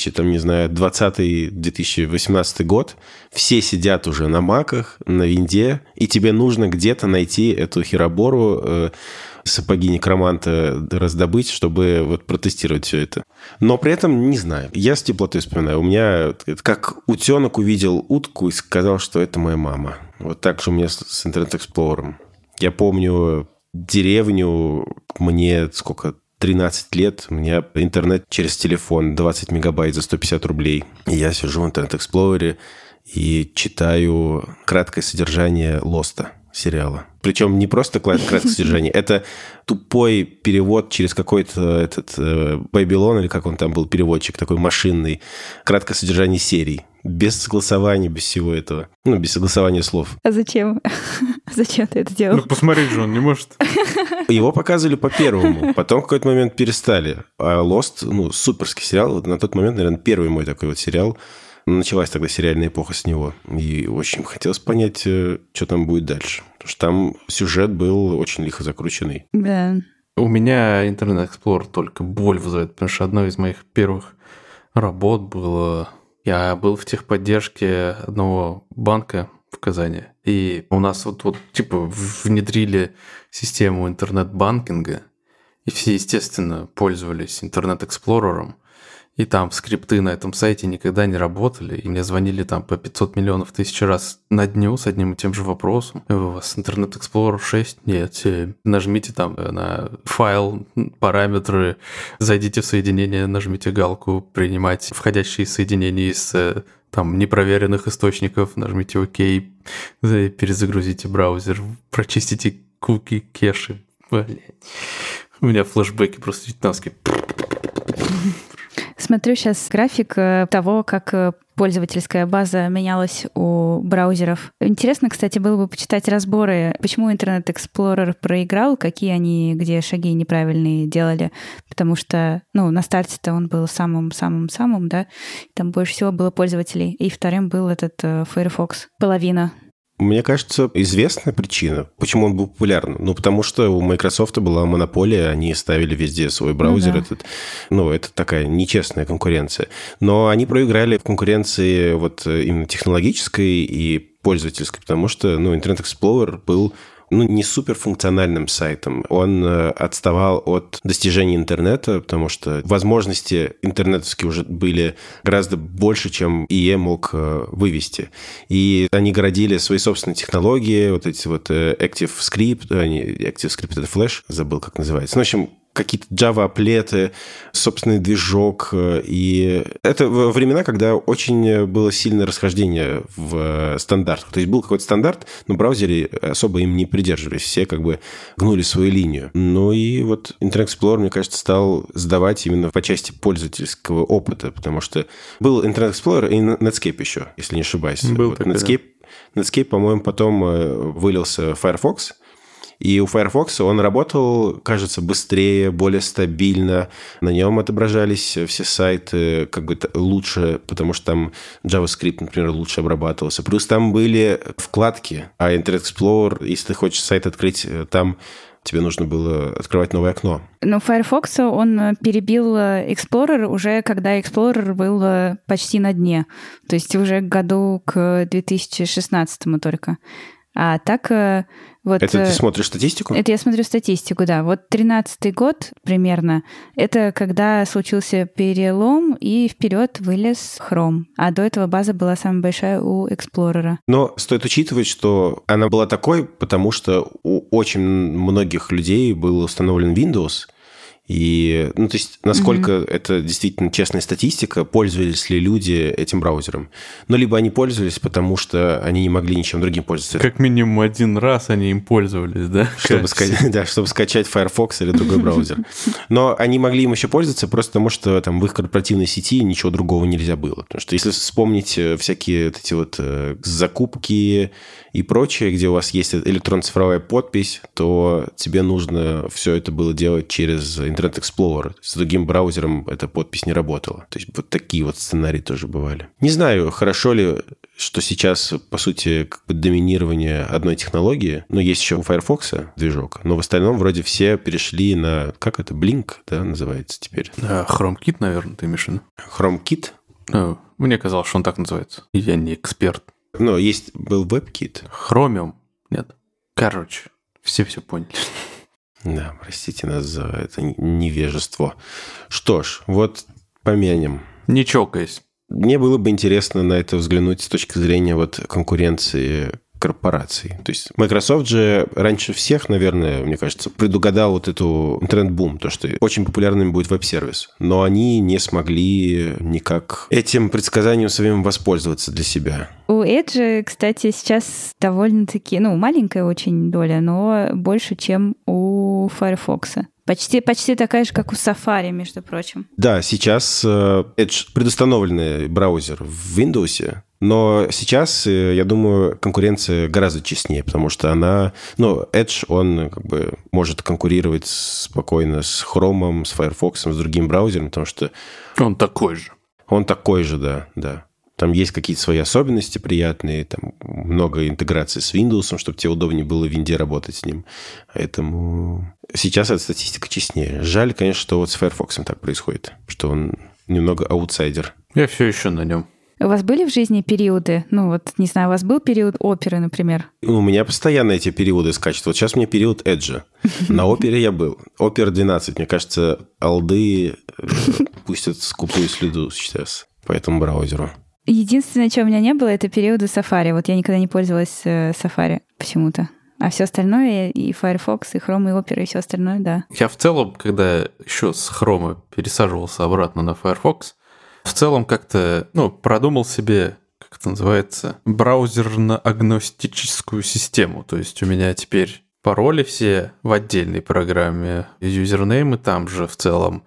2020-2018 год, все сидят уже на маках, на винде, и тебе нужно где-то найти эту херобору, сапоги некроманта раздобыть, чтобы вот протестировать все это. Но при этом не знаю. Я с теплотой вспоминаю. У меня как утенок увидел утку и сказал, что это моя мама. Вот так же у меня с Internet Explorer. Я помню деревню, мне сколько, 13 лет, у меня интернет через телефон, 20 мегабайт за 150 рублей. И я сижу в Internet Explorer и читаю краткое содержание «Лоста» сериала. Причем не просто краткое содержание, это тупой перевод через какой-то этот Babylon, или как он там был, переводчик такой машинный, краткое содержание серий. Без согласования, без всего этого. Ну, без согласования слов. А зачем? Зачем ты это делал? Ну, посмотреть же он не может. Его показывали по первому, потом в какой-то момент перестали. А Lost, ну, суперский сериал. Вот на тот момент, наверное, первый мой такой вот сериал. Началась тогда сериальная эпоха с него. И очень хотелось понять, что там будет дальше. Потому что там сюжет был очень лихо закрученный. Да. У меня Internet Explorer только боль вызывает, потому что одной из моих первых работ было... Я был в техподдержке одного банка в Казани, и у нас вот типа внедрили систему интернет-банкинга, и все, естественно, пользовались интернет-эксплорером, и там скрипты на этом сайте никогда не работали, и мне звонили там по 500 миллионов тысяч раз на дню с одним и тем же вопросом. У вас Internet Explorer 6? Нет, 7. Нажмите там на файл, параметры, зайдите в соединение, нажмите галку «Принимать входящие соединения из там непроверенных источников», нажмите ОК, перезагрузите браузер, прочистите куки, кеши. Блин. У меня флешбеки просто вьетнамские. Смотрю сейчас график того, как пользовательская база менялась у браузеров. Интересно, кстати, было бы почитать разборы, почему Internet Explorer проиграл, какие они, где шаги неправильные делали, потому что, ну, на старте-то он был самым-самым-самым, да, там больше всего было пользователей, и вторым был этот Firefox, половина. Мне кажется, известная причина, почему он был популярным. Ну, потому что у Microsoft была монополия, они ставили везде свой браузер. Это такая нечестная конкуренция. Но они проиграли в конкуренции вот именно технологической и пользовательской, потому что, Internet Explorer был не суперфункциональным сайтом. Он отставал от достижений интернета, потому что возможности интернетовские уже были гораздо больше, чем IE мог вывести. И они городили свои собственные технологии, вот эти вот ActiveScript, ActiveScript — это Flash, забыл, как называется. В общем, какие-то Java-аплеты, собственный движок. И это времена, когда очень было сильное расхождение в стандартах. То есть был какой-то стандарт, но браузеры особо им не придерживались. Все как бы гнули свою линию. Ну и вот Internet Explorer, мне кажется, стал сдавать именно по части пользовательского опыта, потому что был Internet Explorer и Netscape еще, если не ошибаюсь. Был вот Netscape, по-моему, потом вылился в Firefox. И у Firefox он работал, кажется, быстрее, более стабильно. На нем отображались все сайты как бы лучше, потому что там JavaScript, например, лучше обрабатывался. Плюс там были вкладки, а Internet Explorer, если ты хочешь сайт открыть, там тебе нужно было открывать новое окно. Но Firefox, он перебил Explorer уже, когда Explorer был почти на дне. То есть уже к году к 2016 только. А так вот... Это ты смотришь статистику? Это я смотрю статистику, да. Вот 13-й год примерно, это когда случился перелом и вперед вылез Chrome. А до этого база была самая большая у Explorer. Но стоит учитывать, что она была такой, потому что у очень многих людей был установлен Windows, И, то есть, насколько это действительно честная статистика, пользовались ли люди этим браузером. Ну, либо они пользовались, потому что они не могли ничем другим пользоваться. Как минимум один раз они им пользовались, да? Чтобы скачать Firefox или другой браузер. Но они могли им еще пользоваться просто потому, что там в их корпоративной сети ничего другого нельзя было. Потому что если вспомнить всякие вот эти вот закупки и прочее, где у вас есть электронно-цифровая подпись, то тебе нужно все это было делать через Internet Explorer. С другим браузером эта подпись не работала. То есть вот такие вот сценарии тоже бывали. Не знаю, хорошо ли, что сейчас, по сути, как бы доминирование одной технологии. Но есть еще у Firefox движок. Но в остальном вроде все перешли на... Как это? Blink, да, называется теперь? HromeKit, наверное, ты имеешь в виду? HromeKit? Мне казалось, что он так называется. Я не эксперт. Ну, был WebKit. Chromium. Нет. Короче, все поняли. Да, простите нас за это невежество. Что ж, вот помянем. Не чокаясь. Мне было бы интересно на это взглянуть с точки зрения вот конкуренции корпораций. То есть Microsoft же раньше всех, наверное, мне кажется, предугадал вот эту интернет-бум, то, что очень популярным будет веб-сервис. Но они не смогли никак этим предсказанием своим воспользоваться для себя. У Edge, кстати, сейчас довольно-таки, маленькая очень доля, но больше, чем у Firefox. Почти такая же, как у Safari, между прочим. Да, сейчас Edge предустановленный браузер в Windows, но сейчас, я думаю, конкуренция гораздо честнее, потому что Edge, он как бы может конкурировать спокойно с Chrome, с Firefox, с другим браузером, потому что... Он такой же. Он такой же, да. Там есть какие-то свои особенности приятные, там много интеграции с Windows, чтобы тебе удобнее было в винде работать с ним. Поэтому сейчас эта статистика честнее. Жаль, конечно, что вот с Firefox так происходит, что он немного аутсайдер. Я все еще на нем. У вас были в жизни периоды? Не знаю, у вас был период оперы, например? У меня постоянно эти периоды скачут. Вот сейчас у меня период Edge. На опере я был. Опер 12. Мне кажется, алды пустят скупую следу сейчас по этому браузеру. Единственное, чего у меня не было, это периоды Safari. Вот я никогда не пользовалась Safari почему-то. А все остальное, и Firefox, и Chrome, и Opera, и все остальное, да. Я в целом, когда еще с Chrome пересаживался обратно на Firefox, в целом как-то, продумал себе, как это называется, браузерно-агностическую систему. То есть у меня теперь пароли все в отдельной программе, юзернеймы там же в целом.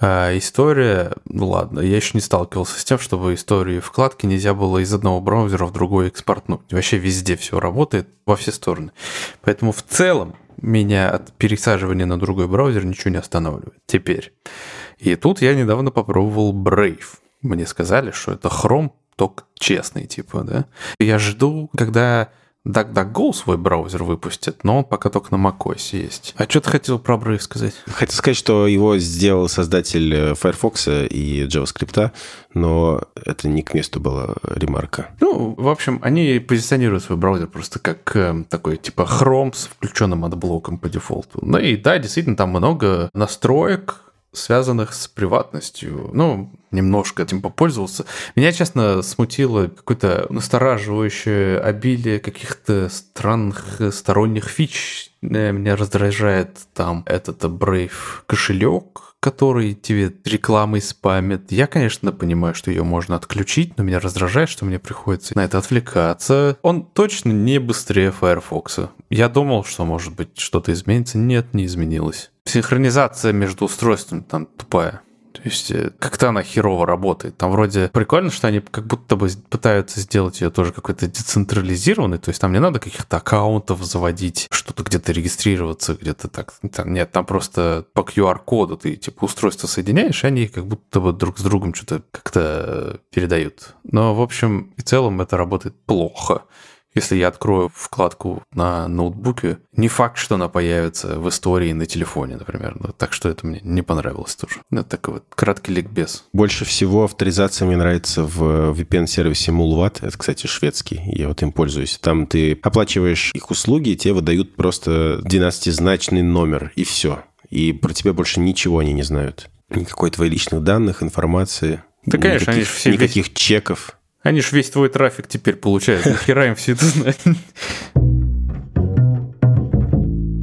А история, ладно, я еще не сталкивался с тем, чтобы историю вкладки нельзя было из одного браузера в другой экспортнуть. Вообще везде все работает, во все стороны. Поэтому в целом меня от пересаживания на другой браузер ничего не останавливает теперь. И тут я недавно попробовал Brave. Мне сказали, что это Chrome, только честный, да? Я жду, когда DuckDuckGo свой браузер выпустит, но он пока только на macOS есть. А что ты хотел про Brave сказать? Хотел сказать, что его сделал создатель Firefox и JavaScript, но это не к месту была ремарка. В общем, они позиционируют свой браузер просто как такой типа Chrome с включенным адблоком по дефолту. И да, действительно, там много настроек, связанных с приватностью. Немножко этим попользовался. Меня, честно, смутило какое-то настораживающее обилие каких-то странных сторонних фич. Меня раздражает там этот Brave кошелек, который тебе рекламой спамит. Я, конечно, понимаю, что ее можно отключить, но меня раздражает, что мне приходится на это отвлекаться. Он точно не быстрее Firefox. Я думал, что, может быть, что-то изменится. Нет, не изменилось. Синхронизация между устройствами там тупая. То есть как-то она херово работает. Там вроде прикольно, что они как будто бы пытаются сделать ее тоже какой-то децентрализированной. То есть там не надо каких-то аккаунтов заводить, что-то где-то регистрироваться, где-то так. Нет, там просто по QR-коду ты устройство соединяешь, и они как будто бы друг с другом что-то как-то передают. Но в общем и целом это работает плохо. Если я открою вкладку на ноутбуке, не факт, что она появится в истории на телефоне, например. Так что это мне не понравилось тоже. Это такой вот краткий ликбез. Больше всего авторизация мне нравится в VPN-сервисе Mullvad. Это, кстати, шведский. Я им пользуюсь. Там ты оплачиваешь их услуги, и тебе выдают просто 12-значный номер, и все. И про тебя больше ничего они не знают. Никакой твоих личных данных, информации. Да, конечно, никаких чеков. Они ж весь твой трафик теперь получают. Нахера им все это знать?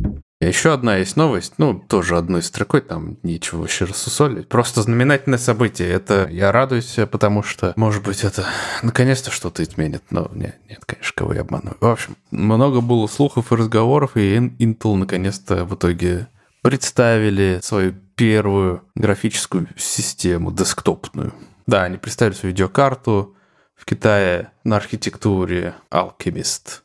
Еще одна есть новость, тоже одной строкой, там нечего вообще рассусолить. Просто знаменательное событие. Это я радуюсь, потому что, может быть, это наконец-то что-то изменит. Но нет, конечно, кого я обманываю. В общем, много было слухов и разговоров, и Intel наконец-то в итоге представили свою первую графическую систему десктопную. Да, они представили свою видеокарту в Китае на архитектуре Alchemist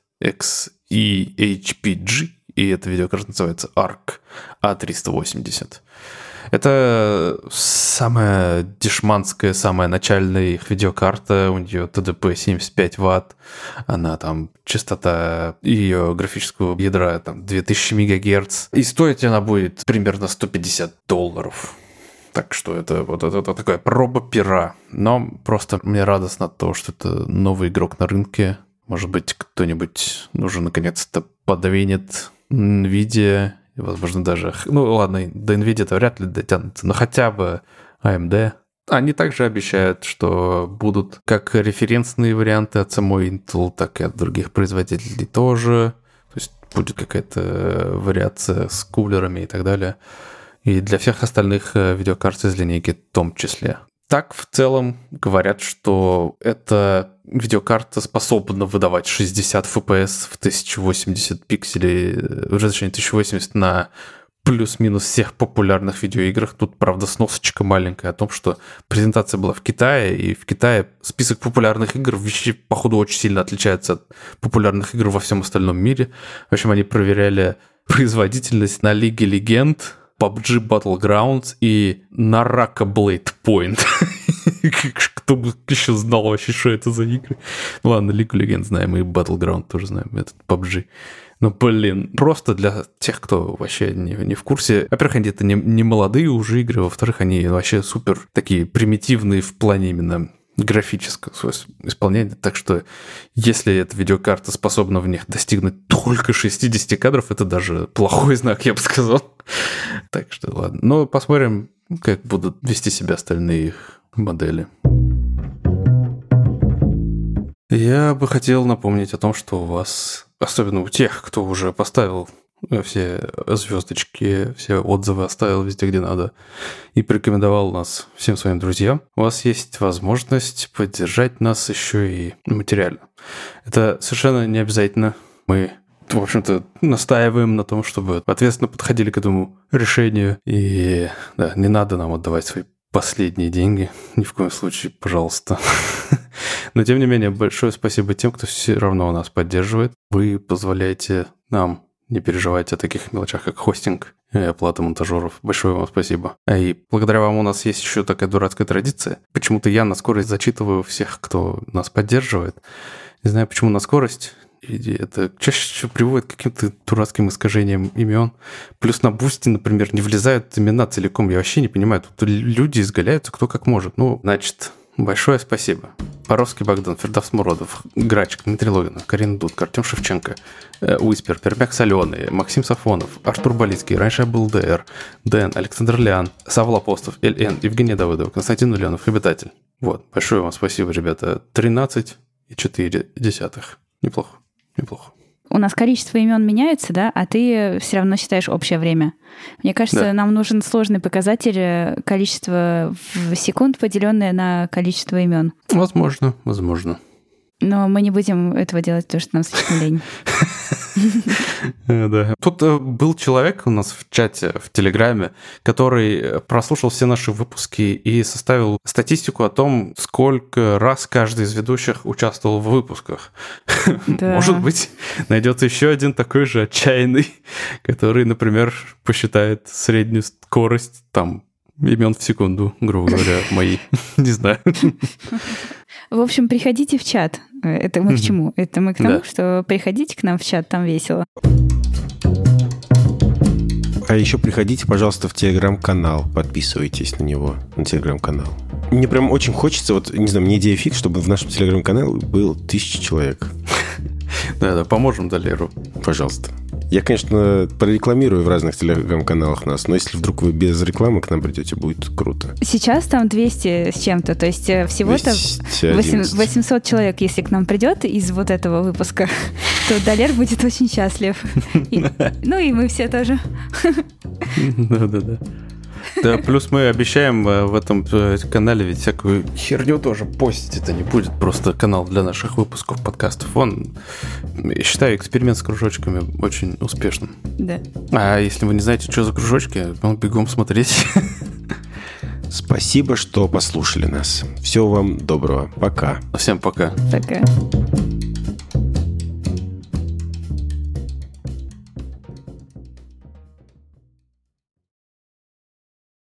XeHPG. И эта видеокарта называется ARC A380. Это самая дешманская, самая начальная их видеокарта. У нее TDP 75 Вт. Она там, частота ее графического ядра там 2000 МГц. И стоить она будет примерно $150. Так что это такая проба пера. Но просто мне радостно от того, что это новый игрок на рынке. Может быть, кто-нибудь уже наконец-то подвинет NVIDIA, возможно, даже... ладно, до NVIDIA-то вряд ли дотянутся, но хотя бы AMD. Они также обещают, что будут как референсные варианты от самой Intel, так и от других производителей тоже. То есть будет какая-то вариация с кулерами и так далее. И для всех остальных видеокарт из линейки в том числе. Так, в целом, говорят, что эта видеокарта способна выдавать 60 FPS в 1080 пикселей, разрешение 1080 на плюс-минус всех популярных видеоиграх. Тут, правда, сносочка маленькая о том, что презентация была в Китае, и в Китае список популярных игр вообще, походу, очень сильно отличается от популярных игр во всем остальном мире. В общем, они проверяли производительность на Лиге Легенд, PUBG Battlegrounds и Naraka Blade Point. Кто бы еще знал вообще, что это за игры. Ладно, League of Legends знаем, и Battleground тоже знаем, этот PUBG. Но, просто для тех, кто вообще не в курсе. Во-первых, они это не молодые уже игры, во-вторых, они вообще супер такие примитивные в плане именно графического исполнения. Так что, если эта видеокарта способна в них достигнуть только 60 кадров, это даже плохой знак, я бы сказал. Так что, ладно. Но посмотрим, как будут вести себя остальные их модели. Я бы хотел напомнить о том, что у вас, особенно у тех, кто уже поставил все звездочки, все отзывы оставил везде, где надо, и порекомендовал нас всем своим друзьям, у вас есть возможность поддержать нас еще и материально. Это совершенно не обязательно. Мы, в общем-то, настаиваем на том, чтобы ответственно подходили к этому решению. И да, не надо нам отдавать свои последние деньги. Ни в коем случае, пожалуйста. Но, тем не менее, большое спасибо тем, кто все равно нас поддерживает. Вы позволяете нам не переживать о таких мелочах, как хостинг и оплата монтажеров. Большое вам спасибо. И благодаря вам у нас есть еще такая дурацкая традиция. Почему-то я на скорость зачитываю всех, кто нас поддерживает. Не знаю, почему на скорость. И это чаще всего приводит к каким-то дурацким искажениям имен. Плюс на Бусти, например, не влезают имена целиком. Я вообще не понимаю. Тут люди изгаляются кто как может. Значит, большое спасибо. Боровский Богдан, Фердавс Муродов, Грач, Дмитрий Логинов, Карин Дудка, Артем Шевченко, Уиспер, Пермяк Соленый, Максим Сафонов, Артур Болицкий, раньше я был ДР, Дэн, Александр Лян, Савва Апостов, ЛН, Евгения Давыдова, Константин Ульянов, Обитатель. Большое вам спасибо, ребята. 13,4. Неплохо. У нас количество имен меняется, да, а ты все равно считаешь общее время. Мне кажется, нам нужен сложный показатель количество секунд, поделенное на количество имен. Возможно. Но мы не будем этого делать, потому что нам слишком лень. Да. Тут был человек у нас в чате, в Телеграме, который прослушал все наши выпуски и составил статистику о том, сколько раз каждый из ведущих участвовал в выпусках. Да. Может быть, найдется еще один такой же отчаянный, который, например, посчитает среднюю скорость имен в секунду, грубо говоря, мои. Не знаю. В общем, приходите в чат. Это мы к чему? Это мы к тому, что приходите к нам в чат, там весело. А еще приходите, пожалуйста, в Телеграм-канал. Подписывайтесь на него, на Телеграм-канал. Мне прям очень хочется, не знаю, мне идея фикс, чтобы в нашем Телеграм-канале было 1000 человек. Да, поможем Далеру. Пожалуйста. Я, конечно, прорекламирую в разных телеграм-каналах нас, но если вдруг вы без рекламы к нам придете, будет круто. Сейчас там 200 с чем-то, то есть всего-то 800 человек, если к нам придет из вот этого выпуска. что Далер будет очень счастлив. Ну и мы все тоже. Да-да-да. Да, плюс мы обещаем в этом канале ведь всякую херню тоже постить. Это не будет просто канал для наших выпусков подкастов. Он, я считаю, эксперимент с кружочками очень успешным. Да. А если вы не знаете, что за кружочки, бегом смотреть. Спасибо, что послушали нас. Всего вам доброго. Пока. Всем пока. Пока.